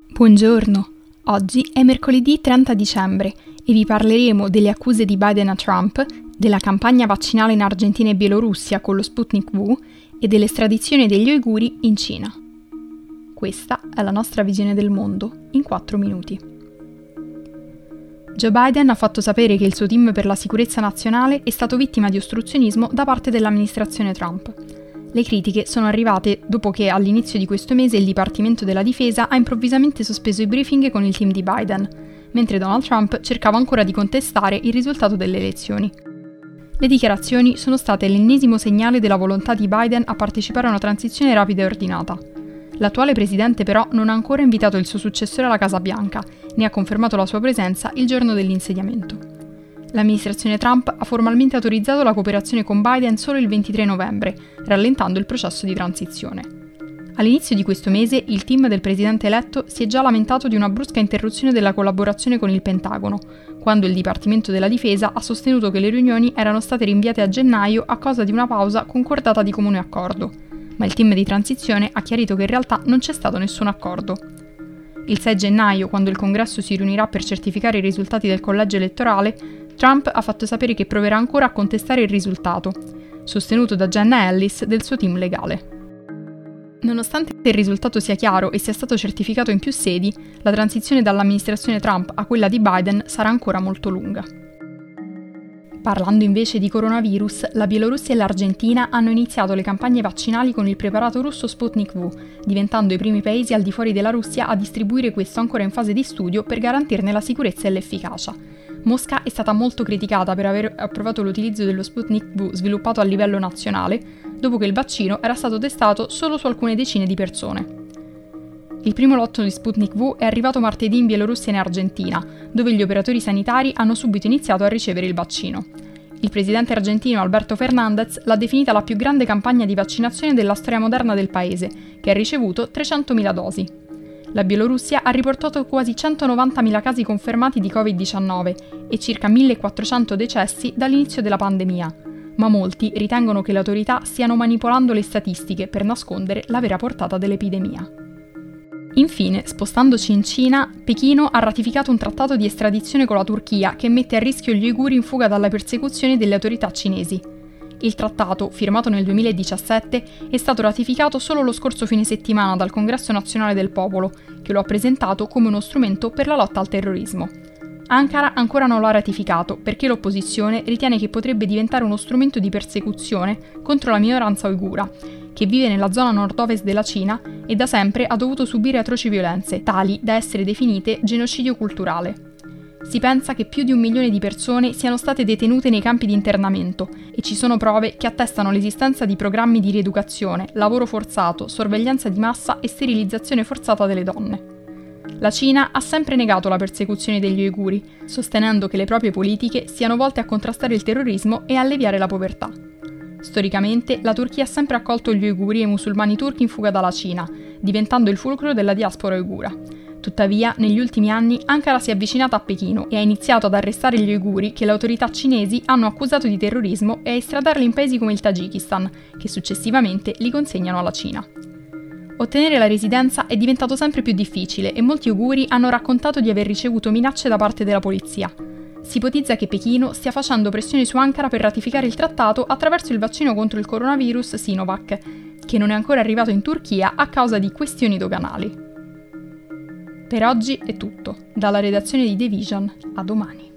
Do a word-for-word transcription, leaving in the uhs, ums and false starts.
Buongiorno, oggi è mercoledì trenta dicembre e vi parleremo delle accuse di Biden a Trump, della campagna vaccinale in Argentina e Bielorussia con lo Sputnik V e dell'estradizione degli uiguri in Cina. Questa è la nostra visione del mondo in quattro minuti. Joe Biden ha fatto sapere che il suo team per la sicurezza nazionale è stato vittima di ostruzionismo da parte dell'amministrazione Trump. Le critiche sono arrivate dopo che all'inizio di questo mese il Dipartimento della Difesa ha improvvisamente sospeso i briefing con il team di Biden, mentre Donald Trump cercava ancora di contestare il risultato delle elezioni. Le dichiarazioni sono state l'ennesimo segnale della volontà di Biden a partecipare a una transizione rapida e ordinata. L'attuale presidente però non ha ancora invitato il suo successore alla Casa Bianca, né ha confermato la sua presenza il giorno dell'insediamento. L'amministrazione Trump ha formalmente autorizzato la cooperazione con Biden solo il ventitré novembre, rallentando il processo di transizione. All'inizio di questo mese il team del presidente eletto si è già lamentato di una brusca interruzione della collaborazione con il Pentagono, quando il Dipartimento della Difesa ha sostenuto che le riunioni erano state rinviate a gennaio a causa di una pausa concordata di comune accordo, ma il team di transizione ha chiarito che in realtà non c'è stato nessun accordo. Il sei gennaio, quando il Congresso si riunirà per certificare i risultati del collegio elettorale, Trump ha fatto sapere che proverà ancora a contestare il risultato, sostenuto da Jenna Ellis del suo team legale. Nonostante il risultato sia chiaro e sia stato certificato in più sedi, la transizione dall'amministrazione Trump a quella di Biden sarà ancora molto lunga. Parlando invece di coronavirus, la Bielorussia e l'Argentina hanno iniziato le campagne vaccinali con il preparato russo Sputnik V, diventando i primi paesi al di fuori della Russia a distribuire questo ancora in fase di studio per garantirne la sicurezza e l'efficacia. Mosca è stata molto criticata per aver approvato l'utilizzo dello Sputnik V sviluppato a livello nazionale, dopo che il vaccino era stato testato solo su alcune decine di persone. Il primo lotto di Sputnik V è arrivato martedì in Bielorussia e in Argentina, dove gli operatori sanitari hanno subito iniziato a ricevere il vaccino. Il presidente argentino Alberto Fernández l'ha definita la più grande campagna di vaccinazione della storia moderna del paese, che ha ricevuto trecentomila dosi. La Bielorussia ha riportato quasi centonovantamila casi confermati di covid diciannove e circa millequattrocento decessi dall'inizio della pandemia, ma molti ritengono che le autorità stiano manipolando le statistiche per nascondere la vera portata dell'epidemia. Infine, spostandoci in Cina, Pechino ha ratificato un trattato di estradizione con la Turchia che mette a rischio gli uiguri in fuga dalla persecuzione delle autorità cinesi. Il trattato, firmato nel duemiladiciassette, è stato ratificato solo lo scorso fine settimana dal Congresso Nazionale del Popolo, che lo ha presentato come uno strumento per la lotta al terrorismo. Ankara ancora non lo ha ratificato perché l'opposizione ritiene che potrebbe diventare uno strumento di persecuzione contro la minoranza uigura, che vive nella zona nord-ovest della Cina e da sempre ha dovuto subire atroci violenze, tali da essere definite genocidio culturale. Si pensa che più di un milione di persone siano state detenute nei campi di internamento e ci sono prove che attestano l'esistenza di programmi di rieducazione, lavoro forzato, sorveglianza di massa e sterilizzazione forzata delle donne. La Cina ha sempre negato la persecuzione degli uiguri, sostenendo che le proprie politiche siano volte a contrastare il terrorismo e alleviare la povertà. Storicamente, la Turchia ha sempre accolto gli uiguri e i musulmani turchi in fuga dalla Cina, diventando il fulcro della diaspora uigura. Tuttavia, negli ultimi anni, Ankara si è avvicinata a Pechino e ha iniziato ad arrestare gli uiguri che le autorità cinesi hanno accusato di terrorismo e a estradarli in paesi come il Tagikistan, che successivamente li consegnano alla Cina. Ottenere la residenza è diventato sempre più difficile e molti uiguri hanno raccontato di aver ricevuto minacce da parte della polizia. Si ipotizza che Pechino stia facendo pressioni su Ankara per ratificare il trattato attraverso il vaccino contro il coronavirus Sinovac, che non è ancora arrivato in Turchia a causa di questioni doganali. Per oggi è tutto. Dalla redazione di The Vision, a domani.